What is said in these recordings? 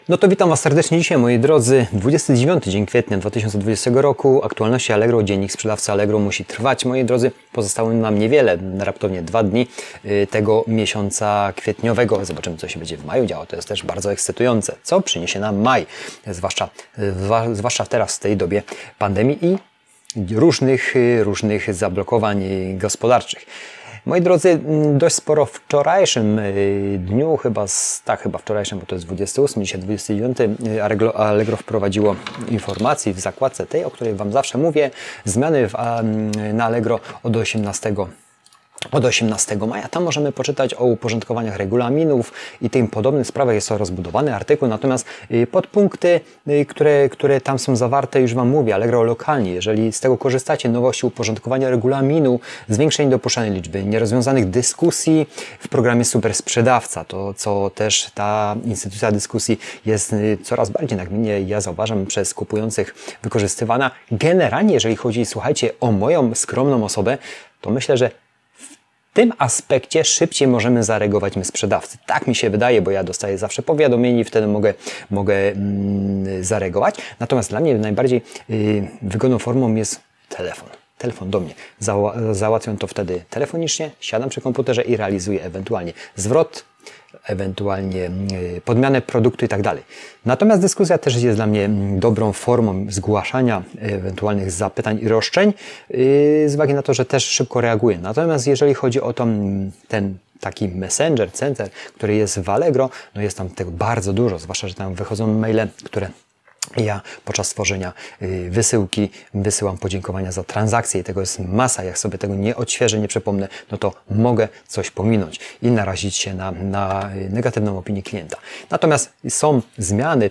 No to witam Was serdecznie dzisiaj, moi drodzy. 29 dzień kwietnia 2020 roku. Aktualności Allegro, dziennik sprzedawcy Allegro musi trwać, moi drodzy. Pozostało nam niewiele, raptownie 2 dni tego miesiąca kwietniowego. Zobaczymy, co się będzie w maju działo. To jest też bardzo ekscytujące. Co przyniesie nam maj, zwłaszcza teraz, w tej dobie pandemii i różnych zablokowań gospodarczych. Moi drodzy, dość sporo w wczorajszym dniu, chyba wczorajszym, bo to jest 28, dzisiaj 29, Allegro wprowadziło informacji w zakładce tej, o której Wam zawsze mówię, zmiany na Allegro od 18 maja. Tam możemy poczytać o uporządkowaniach regulaminów i tym podobnych sprawach. Jest to rozbudowany artykuł, natomiast podpunkty, które tam są zawarte, już Wam mówię, Allegro lokalnie. Jeżeli z tego korzystacie, nowości uporządkowania regulaminu, zwiększenie dopuszczanej liczby nierozwiązanych dyskusji w programie Super Sprzedawca, to co też ta instytucja dyskusji jest coraz bardziej nagminnie, ja zauważam, przez kupujących wykorzystywana. Generalnie, jeżeli chodzi, słuchajcie, o moją skromną osobę, to myślę, że w tym aspekcie szybciej możemy zareagować my sprzedawcy. Tak mi się wydaje, bo ja dostaję zawsze powiadomienie i wtedy mogę zareagować. Natomiast dla mnie najbardziej wygodną formą jest telefon. Telefon do mnie. Załatwiam to wtedy telefonicznie, siadam przy komputerze i realizuję ewentualnie zwrot, ewentualnie podmianę produktu i tak dalej. Natomiast dyskusja też jest dla mnie dobrą formą zgłaszania ewentualnych zapytań i roszczeń, z uwagi na to, że też szybko reaguję. Natomiast jeżeli chodzi o ten taki messenger, center, który jest w Allegro, no jest tam tego bardzo dużo, zwłaszcza, że tam wychodzą maile, które ja podczas tworzenia wysyłki wysyłam podziękowania za transakcję i tego jest masa. Jak sobie tego nie odświeżę, nie przypomnę, no to mogę coś pominąć i narazić się na negatywną opinię klienta. Natomiast są zmiany,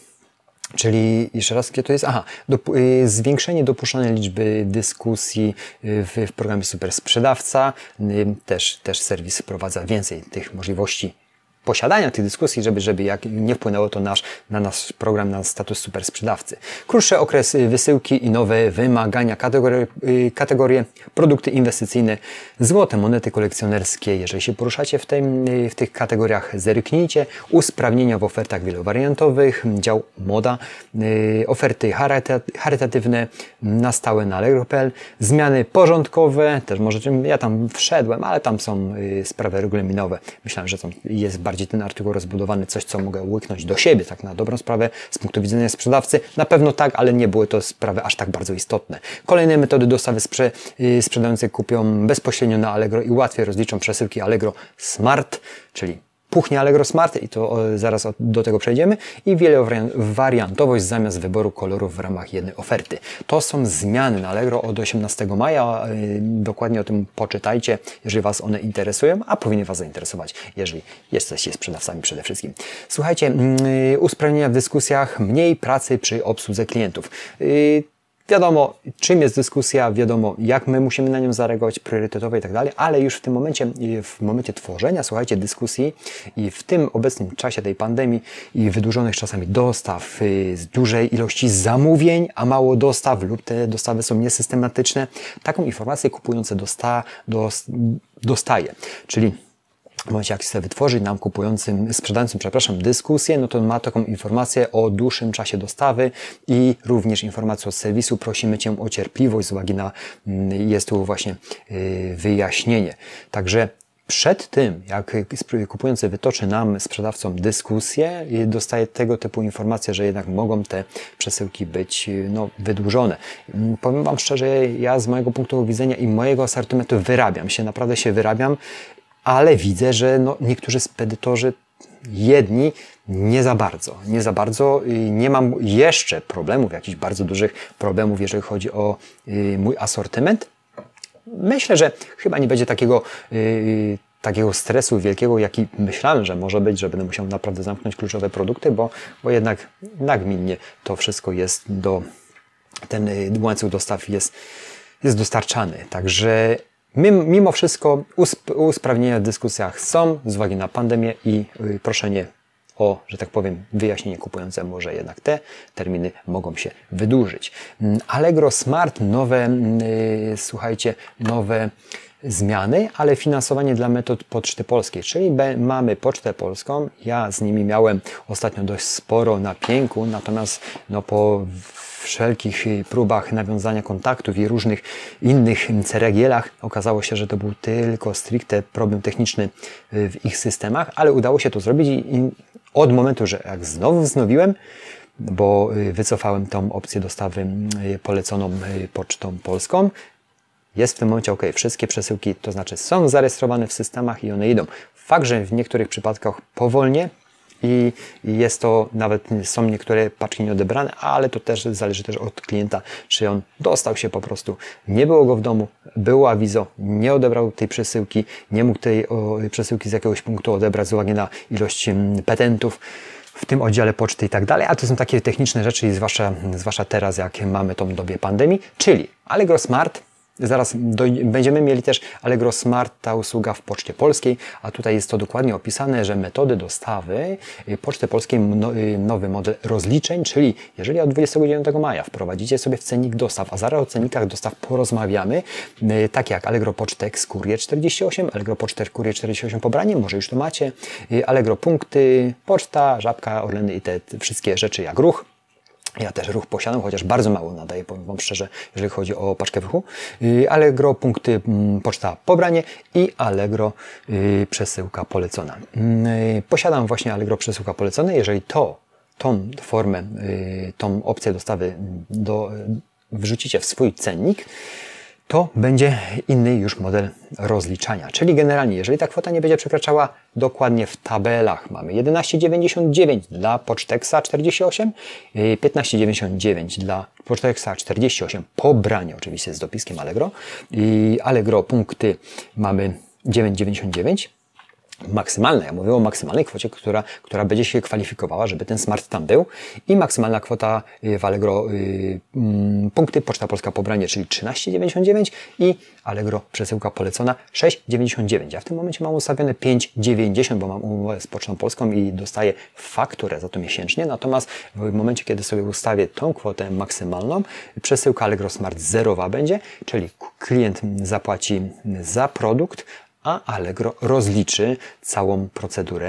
czyli jeszcze raz, gdzie to jest? Zwiększenie dopuszczanej liczby dyskusji w programie Super Sprzedawca. Też serwis wprowadza więcej tych możliwości posiadania tych dyskusji, żeby jak nie wpłynęło to na nasz program, na status super sprzedawcy. Krótszy okres wysyłki i nowe wymagania, kategorie produkty inwestycyjne, złote monety kolekcjonerskie. Jeżeli się poruszacie w tych kategoriach, zerknijcie. Usprawnienia w ofertach wielowariantowych, dział moda, oferty charytatywne na stałe na Allegro.pl, zmiany porządkowe, też możecie, ja tam wszedłem, ale tam są sprawy regulaminowe. Myślałem, że tam jest bardziej ten artykuł rozbudowany, coś, co mogę łyknąć do siebie, tak na dobrą sprawę, z punktu widzenia sprzedawcy. Na pewno tak, ale nie były to sprawy aż tak bardzo istotne. Kolejne metody dostawy sprzedający kupią bezpośrednio na Allegro i łatwiej rozliczą przesyłki Allegro Smart, czyli puchnie Allegro Smart i to zaraz do tego przejdziemy. I wielowariantowość zamiast wyboru kolorów w ramach jednej oferty. To są zmiany na Allegro od 18 maja. Dokładnie o tym poczytajcie, jeżeli Was one interesują, a powinny Was zainteresować, jeżeli jesteście sprzedawcami przede wszystkim. Słuchajcie, usprawnienia w dyskusjach, mniej pracy przy obsłudze klientów. Wiadomo, czym jest dyskusja, wiadomo, jak my musimy na nią zareagować, priorytetowe i tak dalej, ale już w momencie tworzenia, słuchajcie, dyskusji i w tym obecnym czasie tej pandemii i wydłużonych czasami dostaw, z dużej ilości zamówień, a mało dostaw lub te dostawy są niesystematyczne, taką informację kupujący dostaje. Czyli w momencie, jak chce wytworzyć nam sprzedającym, dyskusję, no to ma taką informację o dłuższym czasie dostawy i również informację od serwisu. Prosimy Cię o cierpliwość z uwagi na, jest tu właśnie wyjaśnienie. Także przed tym, jak kupujący wytoczy nam, sprzedawcom, dyskusję, dostaje tego typu informacje, że jednak mogą te przesyłki być wydłużone. Powiem Wam szczerze, ja z mojego punktu widzenia i mojego asortymentu naprawdę się wyrabiam, ale widzę, że niektórzy spedytorzy, jedni nie za bardzo. Nie mam jeszcze problemów, jakichś bardzo dużych problemów, jeżeli chodzi o mój asortyment. Myślę, że chyba nie będzie takiego stresu wielkiego, jaki myślałem, że może być, że będę musiał naprawdę zamknąć kluczowe produkty, bo jednak nagminnie to wszystko jest ten łańcuch dostaw jest dostarczany. Także mimo wszystko usprawnienia w dyskusjach są z uwagi na pandemię i proszenie o, że tak powiem, wyjaśnienie kupującemu, że jednak te terminy mogą się wydłużyć. Allegro Smart, nowe zmiany, ale finansowanie dla metod Poczty Polskiej, czyli mamy Pocztę Polską, ja z nimi miałem ostatnio dość sporo na pięku, natomiast no, po wszelkich próbach nawiązania kontaktów i różnych innych ceregielach okazało się, że to był tylko stricte problem techniczny w ich systemach, ale udało się to zrobić i od momentu, że jak znowu wznowiłem, bo wycofałem tą opcję dostawy poleconą Pocztą Polską, jest w tym momencie OK. Wszystkie przesyłki, to znaczy są zarejestrowane w systemach i one idą. Fakt, że w niektórych przypadkach powolnie i jest to, nawet są niektóre paczki nieodebrane, ale to też zależy też od klienta, czy on dostał się po prostu, nie było go w domu, było awizo, nie odebrał tej przesyłki, nie mógł tej przesyłki z jakiegoś punktu odebrać z uwagi na ilość petentów w tym oddziale poczty i tak dalej, a to są takie techniczne rzeczy i zwłaszcza teraz, jak mamy tą dobie pandemii, czyli Allegro Smart. Zaraz będziemy mieli też Allegro Smart, ta usługa w Poczcie Polskiej, a tutaj jest to dokładnie opisane, że metody dostawy Poczty Polskiej nowy model rozliczeń, czyli jeżeli od 29 maja wprowadzicie sobie w cennik dostaw, a zaraz o cennikach dostaw porozmawiamy, tak jak Allegro Pocztex Kurier 48, Allegro Poczter Kurier 48 pobranie, może już to macie, Allegro Punkty, Poczta, Żabka, Orleny i te wszystkie rzeczy jak Ruch. Ja też Ruch posiadam, chociaż bardzo mało nadaję, powiem Wam szczerze, jeżeli chodzi o paczkę w Ruchu. Allegro, punkty, poczta, pobranie i Allegro, przesyłka polecona. Posiadam właśnie Allegro, przesyłka polecona. Jeżeli tą formę, tą opcję dostawy wrzucicie w swój cennik, to będzie inny już model rozliczania. Czyli generalnie, jeżeli ta kwota nie będzie przekraczała dokładnie w tabelach, mamy 11,99 dla Pocztexa 48, 15,99 dla Pocztexa 48, pobranie oczywiście z dopiskiem Allegro i Allegro punkty mamy 9,99. Maksymalna, ja mówię o maksymalnej kwocie, która będzie się kwalifikowała, żeby ten smart tam był i maksymalna kwota w Allegro punkty Poczta Polska pobranie, czyli 13,99 i Allegro przesyłka polecona 6,99. Ja w tym momencie mam ustawione 5,90, bo mam umowę z Pocztą Polską i dostaję fakturę za to miesięcznie, natomiast w momencie, kiedy sobie ustawię tą kwotę maksymalną, przesyłka Allegro Smart zerowa będzie, czyli klient zapłaci za produkt, a Allegro rozliczy całą procedurę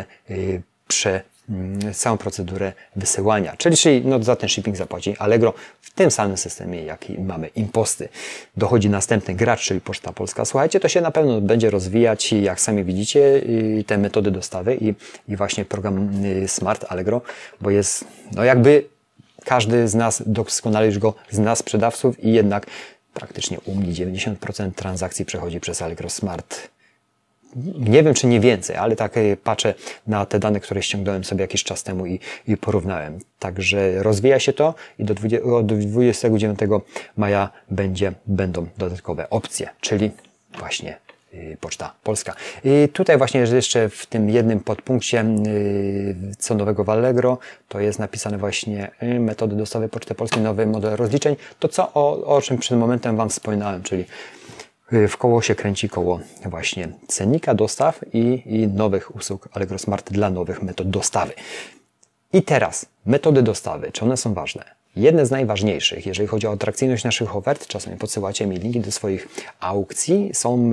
wysyłania. Czyli no, za ten shipping zapłaci Allegro w tym samym systemie, jaki mamy Imposty. Dochodzi następny gracz, czyli Poczta Polska. Słuchajcie, to się na pewno będzie rozwijać, jak sami widzicie, te metody dostawy i właśnie program Smart Allegro, bo jest, no jakby każdy z nas doskonale już go zna, sprzedawców i jednak praktycznie u mnie 90% transakcji przechodzi przez Allegro Smart. Nie wiem, czy nie więcej, ale tak patrzę na te dane, które ściągnąłem sobie jakiś czas temu i porównałem. Także rozwija się to i od 29 maja będą dodatkowe opcje, czyli właśnie Poczta Polska. I tutaj właśnie jeszcze w tym jednym podpunkcie co nowego w Allegro, to jest napisane właśnie metody dostawy Poczty Polskiej, nowy model rozliczeń. To o czym przed momentem Wam wspominałem, czyli w koło się kręci koło właśnie cennika dostaw i nowych usług Allegro Smart dla nowych metod dostawy. I teraz metody dostawy, czy one są ważne? Jedne z najważniejszych, jeżeli chodzi o atrakcyjność naszych ofert, czasami podsyłacie mi linki do swoich aukcji, są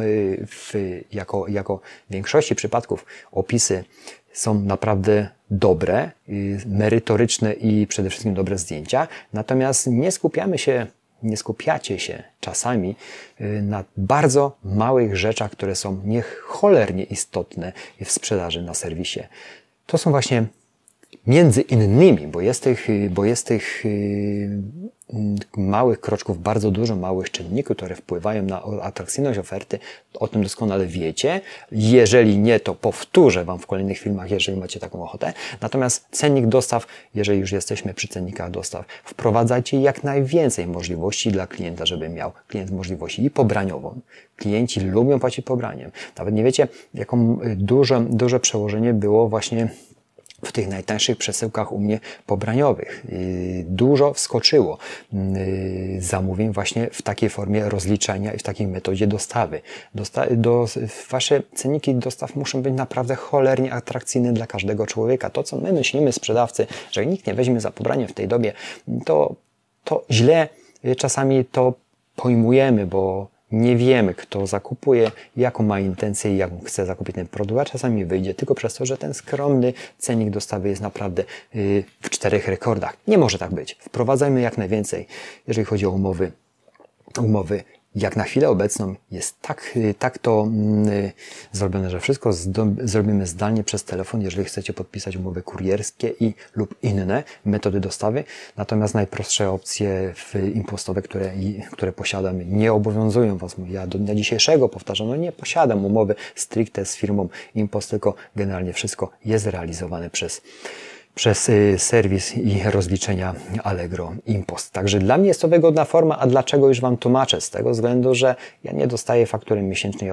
jako w większości przypadków opisy są naprawdę dobre, merytoryczne i przede wszystkim dobre zdjęcia, natomiast nie skupiacie się czasami na bardzo małych rzeczach, które są cholernie istotne w sprzedaży na serwisie. To są właśnie między innymi, bo jest tych małych kroczków bardzo dużo, małych czynników, które wpływają na atrakcyjność oferty. O tym doskonale wiecie. Jeżeli nie, to powtórzę Wam w kolejnych filmach, jeżeli macie taką ochotę. Natomiast cennik dostaw, jeżeli już jesteśmy przy cennikach dostaw, wprowadzajcie jak najwięcej możliwości dla klienta, żeby miał klient możliwości i pobraniową. Klienci lubią płacić pobraniem. Nawet nie wiecie, jaką duże przełożenie było właśnie w tych najtańszych przesyłkach u mnie pobraniowych. Dużo wskoczyło zamówień właśnie w takiej formie rozliczania i w takiej metodzie dostawy. Wasze cenniki dostaw muszą być naprawdę cholernie atrakcyjne dla każdego człowieka. To, co my myślimy, sprzedawcy, że nikt nie weźmie za pobranie w tej dobie, to źle czasami to pojmujemy, bo nie wiemy, kto zakupuje, jaką ma intencję i jaką chce zakupić ten produkt, a czasami wyjdzie tylko przez to, że ten skromny cennik dostawy jest naprawdę w 4 rekordach. Nie może tak być. Wprowadzajmy jak najwięcej, jeżeli chodzi o umowy. Jak na chwilę obecną jest tak to zrobione, że wszystko zrobimy zdalnie przez telefon, jeżeli chcecie podpisać umowy kurierskie lub inne metody dostawy. Natomiast najprostsze opcje impostowe, które posiadamy, nie obowiązują Was. Ja do dnia dzisiejszego powtarzam, no nie posiadam umowy stricte z firmą Impost, tylko generalnie wszystko jest realizowane przez serwis i rozliczenia Allegro Impost. Także dla mnie jest to wygodna forma, a dlaczego już Wam tłumaczę? Z tego względu, że ja nie dostaję faktury miesięcznej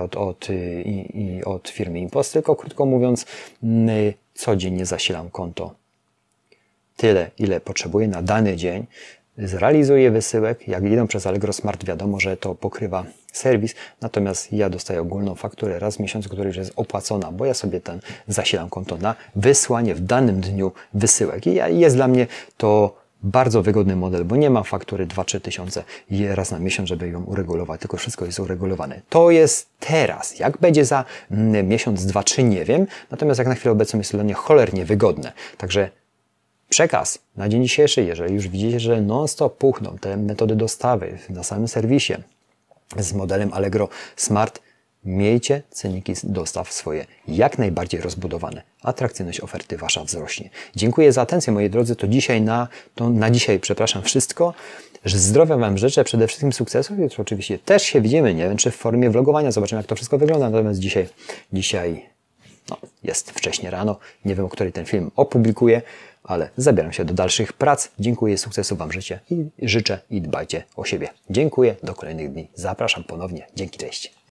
od firmy Impost, tylko krótko mówiąc, codziennie zasilam konto tyle, ile potrzebuję na dany dzień. Zrealizuję wysyłek, jak idą przez Allegro Smart, wiadomo, że to pokrywa serwis, natomiast ja dostaję ogólną fakturę raz w miesiącu, która już jest opłacona, bo ja sobie zasilam konto na wysłanie w danym dniu wysyłek i jest dla mnie to bardzo wygodny model, bo nie ma faktury 2-3 tysiące raz na miesiąc, żeby ją uregulować, tylko wszystko jest uregulowane. To jest teraz. Jak będzie za miesiąc, 2, 3, nie wiem, natomiast jak na chwilę obecną jest to dla mnie cholernie wygodne. Także przekaz na dzień dzisiejszy, jeżeli już widzicie, że non-stop puchną te metody dostawy na samym serwisie z modelem Allegro Smart, miejcie cenniki dostaw swoje jak najbardziej rozbudowane. Atrakcyjność oferty Wasza wzrośnie. Dziękuję za atencję, moi drodzy. To dzisiaj na dzisiaj, przepraszam, wszystko. Zdrowia Wam życzę, przede wszystkim sukcesów. Jutro oczywiście też się widzimy. Nie wiem, czy w formie vlogowania. Zobaczymy, jak to wszystko wygląda. Natomiast dzisiaj jest wcześnie rano. Nie wiem, o której ten film opublikuję, ale zabieram się do dalszych prac. Dziękuję, sukcesu Wam życzę i dbajcie o siebie. Dziękuję, do kolejnych dni. Zapraszam ponownie. Dzięki, cześć.